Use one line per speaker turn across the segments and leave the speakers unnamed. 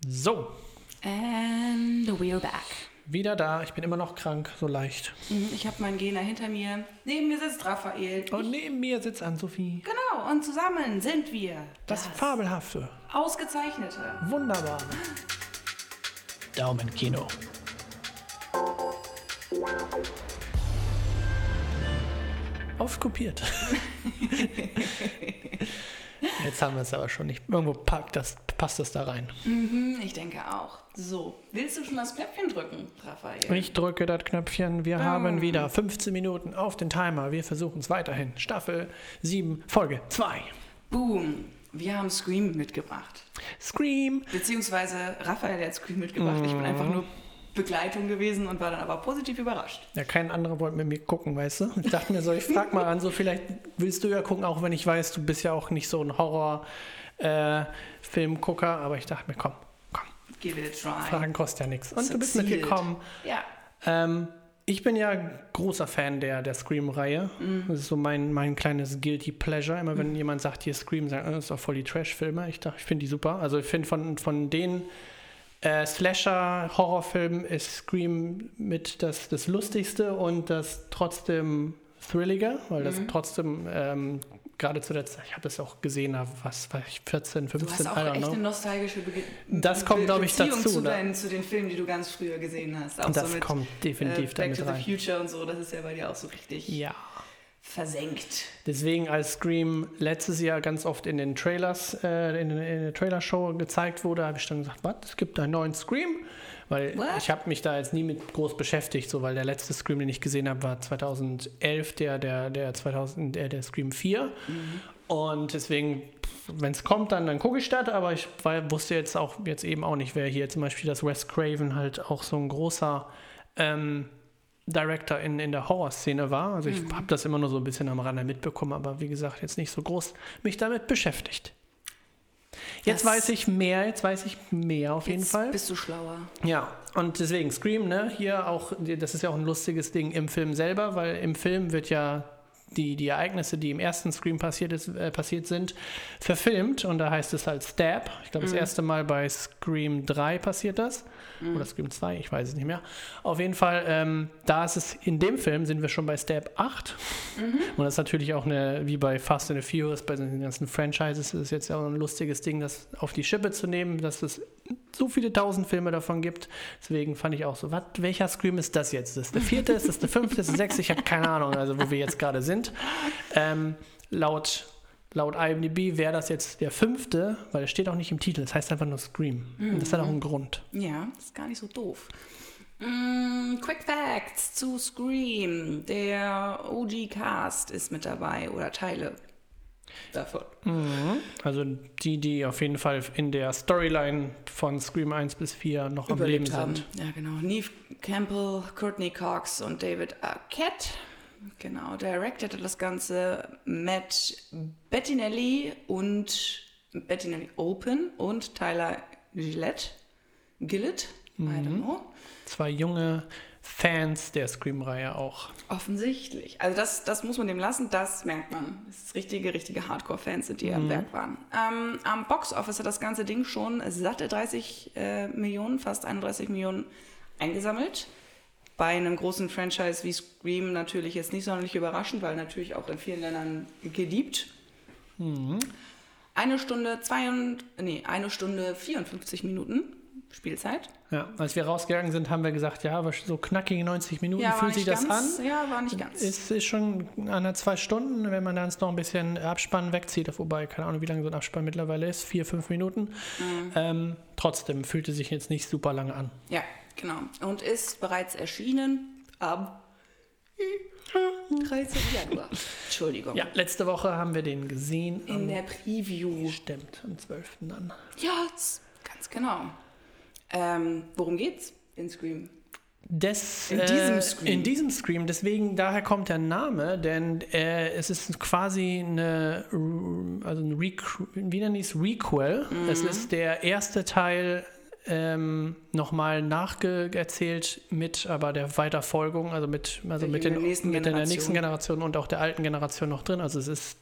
So,
And we're back.
wieder da. Ich bin immer noch krank, so leicht.
Ich habe meinen Gena hinter mir. Neben mir sitzt Raphael.
Und neben mir sitzt Ann-Sophie.
Genau, und zusammen sind wir
Das Fabelhafte.
Ausgezeichnete.
Wunderbar. Daumenkino. Aufkopiert. Jetzt haben wir es aber schon nicht. Irgendwo passt das da rein.
Ich denke auch. So, willst du schon das Knöpfchen drücken, Raphael?
Ich drücke das Knöpfchen. Wir haben wieder 15 Minuten auf den Timer. Wir versuchen es weiterhin. Staffel 7, Folge 2.
Boom. Wir haben Scream mitgebracht.
Scream.
Beziehungsweise Raphael hat Scream mitgebracht. Ich bin einfach nur Begleitung gewesen und war dann aber positiv überrascht.
Ja, kein anderer wollte mit mir gucken, weißt du? Ich dachte mir so, ich frag mal an, so vielleicht willst du ja gucken, auch wenn ich weiß, du bist ja auch nicht so ein Horror-Filmgucker, aber ich dachte mir, komm.
Give it a try.
Fragen kostet ja nichts. Und du bist
Succeeded.
mitgekommen.
Ja.
Ich bin ja großer Fan der Scream-Reihe. Das ist so mein kleines Guilty Pleasure. Immer wenn jemand sagt, hier Scream, sagt, das ist doch voll die Trash-Filme. Ich finde die super. Also ich finde von den Slasher-Horrorfilmen ist Scream mit das Lustigste und das trotzdem Thrillige, weil das trotzdem gerade zu der Zeit, ich habe das auch gesehen, was war ich, 14, 15,
Du hast auch echt eine nostalgische
Das kommt, glaube ich,
Beziehung
dazu.
zu den Filmen, die du ganz früher gesehen hast. Auch
Das
so mit,
kommt definitiv
Back
damit
to
rein.
the Future und so, das ist ja bei dir auch so richtig versenkt.
Deswegen, als Scream letztes Jahr ganz oft in den Trailers, in der Trailershow gezeigt wurde, habe ich dann gesagt, was, es gibt einen neuen Scream? Weil ich habe mich da jetzt nie mit groß beschäftigt, so, weil der letzte Scream, den ich gesehen habe, war 2011, der Scream 4. Und deswegen, wenn es kommt, dann gucke ich das, aber ich wusste jetzt eben auch nicht, wer hier zum Beispiel das Wes Craven halt auch so ein großer Director in der Horrorszene war. Also ich habe das immer nur so ein bisschen am Rande mitbekommen, aber wie gesagt, jetzt nicht so groß mich damit beschäftigt. Jetzt weiß ich mehr auf jeden Fall.
Bist du schlauer.
Ja, und deswegen Scream, ne, hier auch, das ist ja auch ein lustiges Ding im Film selber, weil im Film wird ja die Ereignisse, die im ersten Scream passiert sind, verfilmt und da heißt es halt Stab. Ich glaube, das erste Mal bei Scream 3 passiert das. Oder Scream 2, ich weiß es nicht mehr. Auf jeden Fall, in dem Film sind wir schon bei Stab 8. Und das ist natürlich auch wie bei Fast and the Furious, bei den ganzen Franchises, ist jetzt ja auch ein lustiges Ding, das auf die Schippe zu nehmen, dass es so viele 1000 Filme davon gibt. Deswegen fand ich auch so, welcher Scream ist das jetzt? Ist das der 4., ist das der 5., ist das der 6.? Ich habe keine Ahnung, also wo wir jetzt gerade sind. Laut IMDb wäre das jetzt der 5., weil es steht auch nicht im Titel, es heißt einfach nur Scream. Und das hat auch einen Grund.
Ja, das ist gar nicht so doof. Quick Facts zu Scream. Der OG-Cast ist mit dabei oder Teile davon.
Also die auf jeden Fall in der Storyline von Scream 1 bis 4 noch am Leben sind.
Ja, genau. Neve Campbell, Courtney Cox und David Arquette. Genau, directed hat das Ganze Matt Bettinelli Open und Tyler Gillett. I don't know. 2
junge Fans der Scream-Reihe auch.
Offensichtlich. Also das muss man dem lassen, das merkt man. Das ist richtige Hardcore-Fans sind, die am Werk waren. Am Box-Office hat das ganze Ding schon satte 30 Millionen, fast 31 Millionen eingesammelt. Bei einem großen Franchise wie Scream natürlich jetzt nicht sonderlich überraschend, weil natürlich auch in vielen Ländern geliebt. 1 Stunde 54 Minuten Spielzeit.
Ja, als wir rausgegangen sind, haben wir gesagt, ja, aber so knackige 90 Minuten fühlt sich das an.
Ja, war nicht ganz.
Ist schon an 2 Stunden, wenn man dann noch ein bisschen Abspann wegzieht, wobei, keine Ahnung, wie lange so ein Abspann mittlerweile ist, 4-5 Minuten. Trotzdem fühlte sich jetzt nicht super lange an.
Ja, genau. Und ist bereits erschienen am 13. Januar. Entschuldigung.
Ja, letzte Woche haben wir den gesehen.
In der Preview.
Stimmt, am 12. dann.
Ja, ganz genau. Worum geht's in Scream?
In diesem Scream, deswegen, daher kommt der Name, denn es ist quasi Requel. Es ist der erste Teil nochmal nacherzählt mit aber der Weiterfolgung, mit der nächsten Generation und auch der alten Generation noch drin. Also es ist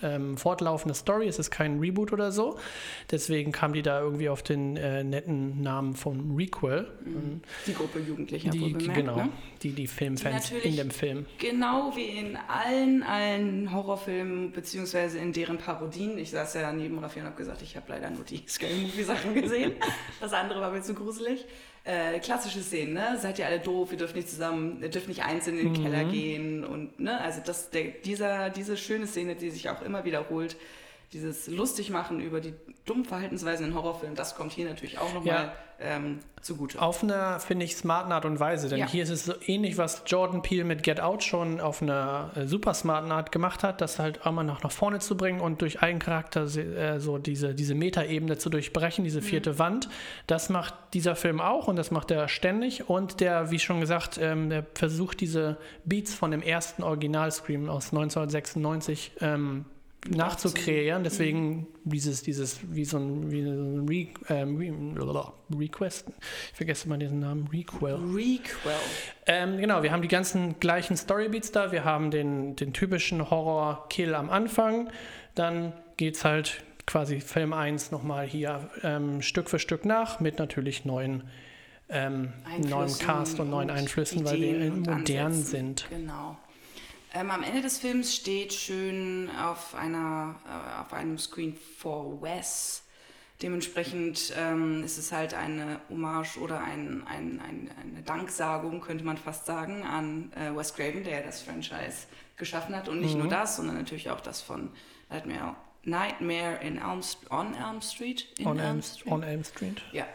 fortlaufende Story, es ist kein Reboot oder so. Deswegen kam die da irgendwie auf den netten Namen von Requel.
Die Gruppe Jugendlicher, bemerkt,
genau,
ne?
die Filmfans in dem Film.
Genau wie in allen Horrorfilmen, beziehungsweise in deren Parodien. Ich saß ja neben Raffi und habe gesagt, ich habe leider nur die Scary-Movie-Sachen gesehen. Das andere war mir zu gruselig. Klassische Szenen, ne? Seid ihr alle doof, ihr dürft nicht zusammen, ihr dürft nicht einzeln in den Keller gehen und, ne? Also diese schöne Szene, die sich auch immer wiederholt, dieses Lustigmachen über die dummen Verhaltensweisen in Horrorfilmen, das kommt hier natürlich auch nochmal zugute.
Auf einer, finde ich, smarten Art und Weise, denn hier ist es so ähnlich, was Jordan Peele mit Get Out schon auf einer super smarten Art gemacht hat, das halt auch mal nach vorne zu bringen und durch einen Charakter so diese Metaebene zu durchbrechen, diese vierte Wand. Das macht dieser Film auch und das macht er ständig und der, wie schon gesagt, der versucht diese Beats von dem ersten Original-Scream aus 1996 nachzukreieren, deswegen dieses wie so ein Request, ich vergesse mal diesen Namen, Requel. Genau, wir haben die ganzen gleichen Storybeats da, wir haben den typischen Horror-Kill am Anfang, dann geht's halt quasi Film 1 nochmal hier Stück für Stück nach, mit natürlich neuen Cast und neuen Einflüssen, weil wir modern sind.
Genau. Am Ende des Films steht schön auf einem Screen for Wes. Dementsprechend ist es halt eine Hommage oder eine Danksagung, könnte man fast sagen, an Wes Craven, der das Franchise geschaffen hat. Und nicht nur das, sondern natürlich auch das von Nightmare on Elm Street.
On Elm Street.
Ja.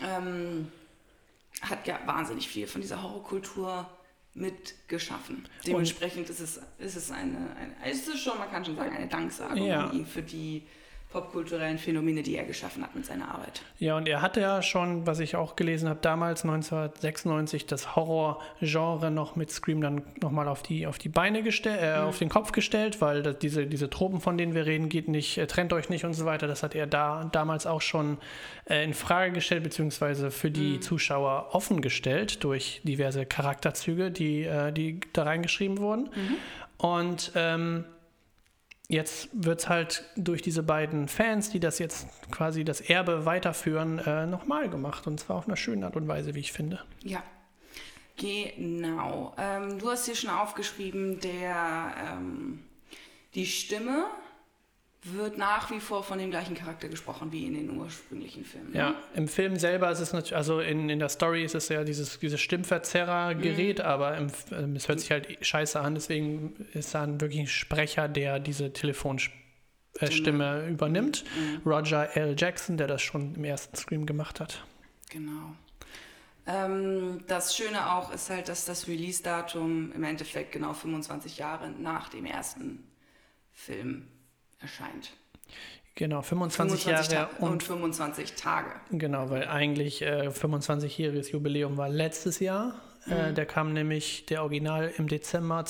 Hat ja wahnsinnig viel von dieser Horrorkultur mitgeschaffen. Dementsprechend ist es schon, man kann schon sagen, eine Danksagung an ihn für die popkulturellen Phänomene, die er geschaffen hat mit seiner Arbeit.
Ja, und er hatte ja schon, was ich auch gelesen habe, damals 1996 das Horror-Genre noch mit Scream dann nochmal auf die Beine gestellt, auf den Kopf gestellt, weil diese Tropen, von denen wir reden, geht nicht, trennt euch nicht und so weiter. Das hat er damals auch schon in Frage gestellt, beziehungsweise für die Zuschauer offen gestellt durch diverse Charakterzüge, die da reingeschrieben wurden. Und jetzt wird es halt durch diese beiden Fans, die das jetzt quasi das Erbe weiterführen, nochmal gemacht. Und zwar auf einer schönen Art und Weise, wie ich finde.
Ja, genau. Du hast hier schon aufgeschrieben, die Stimme wird nach wie vor von dem gleichen Charakter gesprochen wie in den ursprünglichen Filmen.
Ja, im Film selber ist es natürlich, also in der Story ist es ja dieses Stimmverzerrer-Gerät, aber es hört sich halt scheiße an, deswegen ist da wirklich ein Sprecher, der diese Telefonstimme übernimmt. Roger L. Jackson, der das schon im ersten Scream gemacht hat.
Genau. Das Schöne auch ist halt, dass das Release-Datum im Endeffekt genau 25 Jahre nach dem ersten Film erscheint.
Genau, 25 Jahre
und 25 Tage.
Genau, weil eigentlich 25-jähriges Jubiläum war letztes Jahr. Der kam nämlich, der Original, im Dezember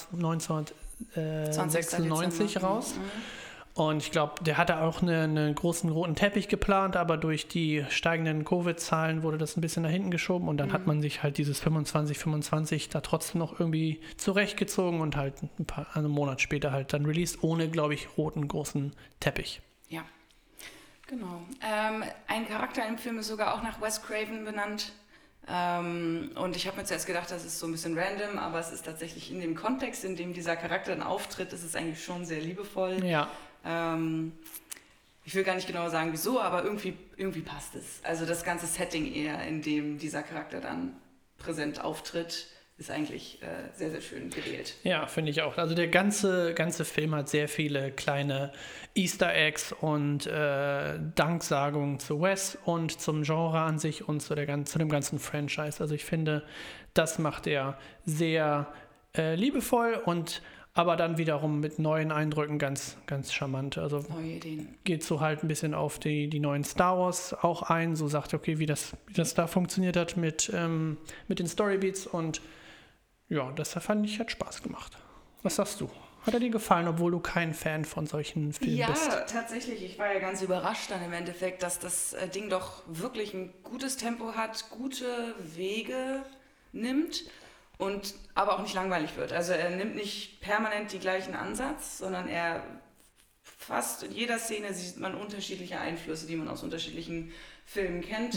1996 raus. Und ich glaube, der hatte auch einen großen roten Teppich geplant, aber durch die steigenden Covid-Zahlen wurde das ein bisschen nach hinten geschoben und dann hat man sich halt dieses 25 da trotzdem noch irgendwie zurechtgezogen und halt einen Monat später halt dann released, ohne, glaube ich, roten großen Teppich.
Ja, genau. Ein Charakter im Film ist sogar auch nach Wes Craven benannt. Und ich habe mir zuerst gedacht, das ist so ein bisschen random, aber es ist tatsächlich in dem Kontext, in dem dieser Charakter dann auftritt, ist es eigentlich schon sehr liebevoll.
Ja.
Ich will gar nicht genau sagen, wieso, aber irgendwie passt es. Also das ganze Setting eher, in dem dieser Charakter dann präsent auftritt, ist eigentlich sehr, sehr schön gewählt.
Ja, finde ich auch. Also der ganze Film hat sehr viele kleine Easter Eggs und Danksagungen zu Wes und zum Genre an sich und zu dem ganzen Franchise. Also ich finde, das macht er sehr liebevoll und aber dann wiederum mit neuen Eindrücken ganz, ganz charmant. Also
neue Ideen.
Geht so halt ein bisschen auf die neuen Star Wars auch ein, so sagt, okay, wie das da funktioniert hat mit den Storybeats und ja, das fand ich, hat Spaß gemacht. Was sagst du? Hat er dir gefallen, obwohl du kein Fan von solchen Filmen bist?
Ja, tatsächlich. Ich war ja ganz überrascht dann im Endeffekt, dass das Ding doch wirklich ein gutes Tempo hat, gute Wege nimmt. Aber auch nicht langweilig wird. Also er nimmt nicht permanent den gleichen Ansatz, sondern er fast in jeder Szene sieht man unterschiedliche Einflüsse, die man aus unterschiedlichen Filmen kennt.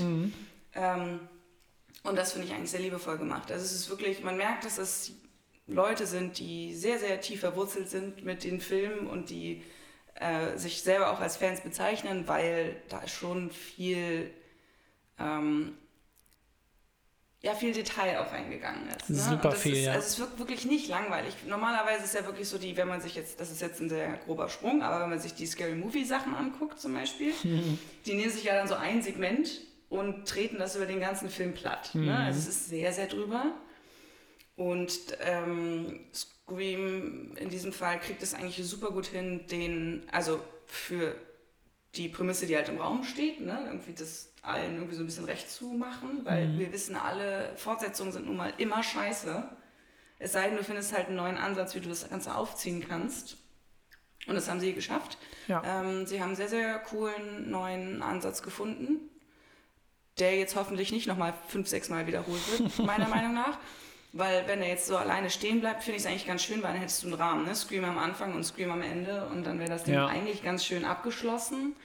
Und das finde ich eigentlich sehr liebevoll gemacht. Also es ist wirklich, man merkt, dass es Leute sind, die sehr, sehr tief verwurzelt sind mit den Filmen und die sich selber auch als Fans bezeichnen, weil da schon viel viel Detail auf eingegangen ist. Ne?
Super viel, ja.
Also es wirkt wirklich nicht langweilig. Normalerweise ist ja wirklich so wenn man sich jetzt, das ist jetzt ein sehr grober Sprung, aber wenn man sich die Scary Movie Sachen anguckt zum Beispiel, die nehmen sich ja dann so ein Segment und treten das über den ganzen Film platt. Ne? Also es ist sehr, sehr drüber. Und Scream in diesem Fall kriegt es eigentlich super gut hin, also für die Prämisse, die halt im Raum steht, ne? Irgendwie das allen irgendwie so ein bisschen recht zu machen, weil wir wissen alle, Fortsetzungen sind nun mal immer scheiße. Es sei denn, du findest halt einen neuen Ansatz, wie du das Ganze aufziehen kannst. Und das haben sie geschafft. Ja. Sie haben einen sehr, sehr coolen neuen Ansatz gefunden, der jetzt hoffentlich nicht nochmal 5-6 Mal wiederholt wird, meiner Meinung nach. Weil wenn er jetzt so alleine stehen bleibt, finde ich es eigentlich ganz schön, weil dann hättest du einen Rahmen, ne? Scream am Anfang und Scream am Ende und dann wäre das Ding eigentlich ganz schön abgeschlossen.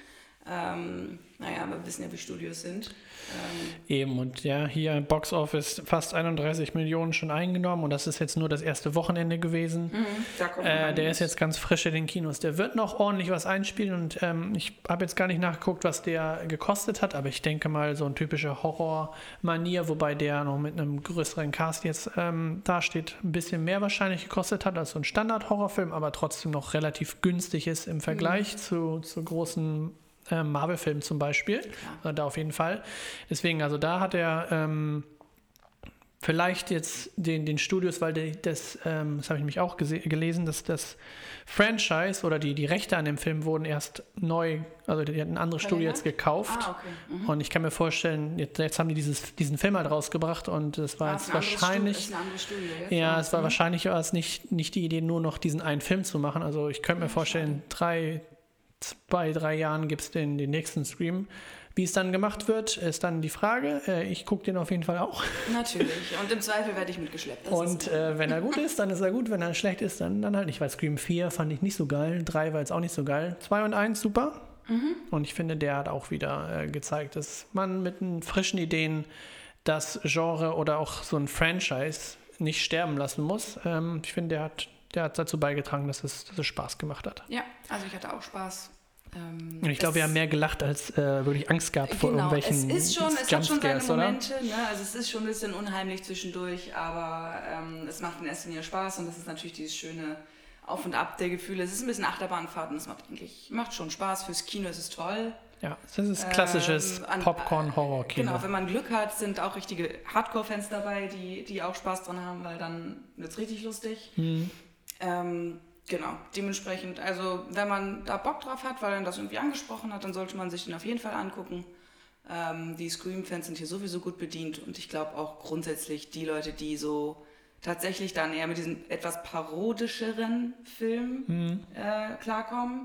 Wir wissen ja, wie Studios sind.
Eben, und ja, hier Box Office fast 31 Millionen schon eingenommen und das ist jetzt nur das erste Wochenende gewesen. Der ist jetzt ganz frisch in den Kinos. Der wird noch ordentlich was einspielen und ich habe jetzt gar nicht nachgeguckt, was der gekostet hat, aber ich denke mal so ein typischer Horror-Manier, wobei der noch mit einem größeren Cast jetzt dasteht, ein bisschen mehr wahrscheinlich gekostet hat als so ein Standard-Horrorfilm, aber trotzdem noch relativ günstig ist im Vergleich zu großen Marvel-Film zum Beispiel, da auf jeden Fall. Deswegen, also da hat er vielleicht jetzt den Studios, weil das habe ich nämlich auch gelesen, dass das Franchise oder die Rechte an dem Film wurden erst neu, also die hatten ein anderes Studio jetzt gekauft. Und ich kann mir vorstellen, jetzt haben die diesen Film halt rausgebracht und es war jetzt wahrscheinlich, es war wahrscheinlich nicht die Idee, nur noch diesen einen Film zu machen. Also ich könnte mir vorstellen, 2-3 Jahren gibt es den nächsten Scream. Wie es dann gemacht wird, ist dann die Frage. Ich gucke den auf jeden Fall auch.
Natürlich. Und im Zweifel werde ich mitgeschleppt.
Und wenn er gut ist, dann ist er gut. Wenn er schlecht ist, dann halt nicht. Weil Scream 4 fand ich nicht so geil. 3 war jetzt auch nicht so geil. 2 und 1 super. Und ich finde, der hat auch wieder gezeigt, dass man mit frischen Ideen das Genre oder auch so ein Franchise nicht sterben lassen muss. Ich finde, der hat dazu beigetragen, dass es Spaß gemacht hat.
Ja, also ich hatte auch Spaß.
Und ich glaube, wir haben mehr gelacht, als wirklich Angst gehabt vor irgendwelchen
es hat schon seine Momente,
oder?
Ne? Also es ist schon ein bisschen unheimlich zwischendurch, aber es macht in erster Linie Spaß und das ist natürlich dieses schöne Auf und Ab der Gefühle. Es ist ein bisschen Achterbahnfahrt und es macht schon Spaß. Fürs Kino ist es toll.
Ja, das ist klassisches Popcorn-Horror-Kino.
Genau, wenn man Glück hat, sind auch richtige Hardcore-Fans dabei, die auch Spaß dran haben, weil dann wird es richtig lustig. Genau, dementsprechend, also wenn man da Bock drauf hat, weil er das irgendwie angesprochen hat, dann sollte man sich den auf jeden Fall angucken. Die Scream-Fans sind hier sowieso gut bedient und ich glaube auch grundsätzlich die Leute, die so tatsächlich dann eher mit diesem etwas parodischeren Film klarkommen,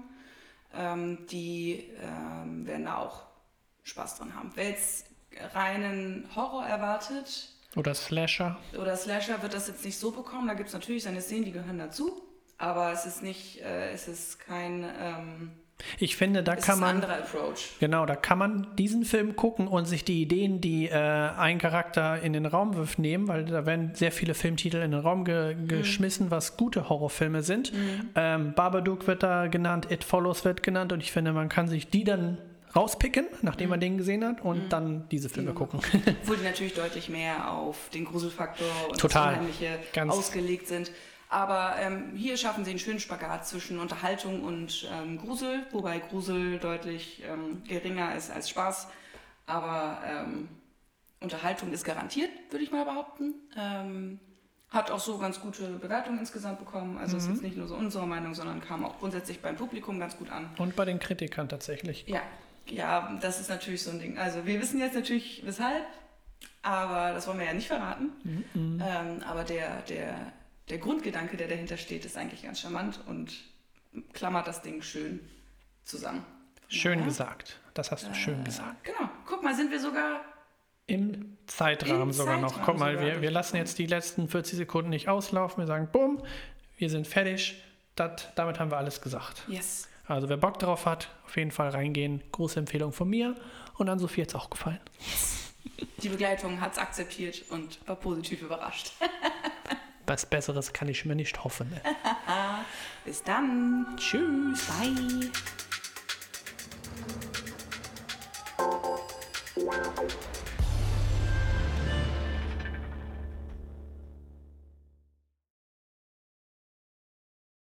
die werden da auch Spaß dran haben. Wer jetzt reinen Horror erwartet
oder Slasher
wird das jetzt nicht so bekommen. Da gibt es natürlich seine Szenen, die gehören dazu. Aber es ist kein.
Ich finde, da kann man.
Ein anderer Approach.
Genau, da kann man diesen Film gucken und sich die Ideen, die ein Charakter in den Raum wirft, nehmen, weil da werden sehr viele Filmtitel in den Raum geschmissen, was gute Horrorfilme sind. Babadook wird da genannt, It Follows wird genannt und ich finde, man kann sich die dann rauspicken, nachdem man den gesehen hat und dann diese Filme gucken.
Obwohl die natürlich deutlich mehr auf den Gruselfaktor und
das
Unheimliche ausgelegt sind. Aber hier schaffen sie einen schönen Spagat zwischen Unterhaltung und Grusel, wobei Grusel deutlich geringer ist als Spaß. Aber Unterhaltung ist garantiert, würde ich mal behaupten. Hat auch so ganz gute Bewertungen insgesamt bekommen. Also ist jetzt nicht nur so unsere Meinung, sondern kam auch grundsätzlich beim Publikum ganz gut an.
Und bei den Kritikern tatsächlich.
Ja, das ist natürlich so ein Ding. Also wir wissen jetzt natürlich weshalb, aber das wollen wir ja nicht verraten. Aber der Grundgedanke, der dahinter steht, ist eigentlich ganz charmant und klammert das Ding schön zusammen.
Schön gesagt. Das hast du schön gesagt.
Genau. Guck mal, sind wir sogar
im Zeitrahmen sogar noch. Guck mal, wir lassen jetzt die letzten 40 Sekunden nicht auslaufen. Wir sagen, bumm, wir sind fertig. Damit haben wir alles gesagt.
Yes.
Also wer Bock drauf hat, auf jeden Fall reingehen. Große Empfehlung von mir. Und an Sophie hat es auch gefallen.
Die Begleitung hat es akzeptiert und war positiv überrascht.
Was Besseres kann ich mir nicht hoffen. Ne?
Bis dann.
Tschüss.
Bye.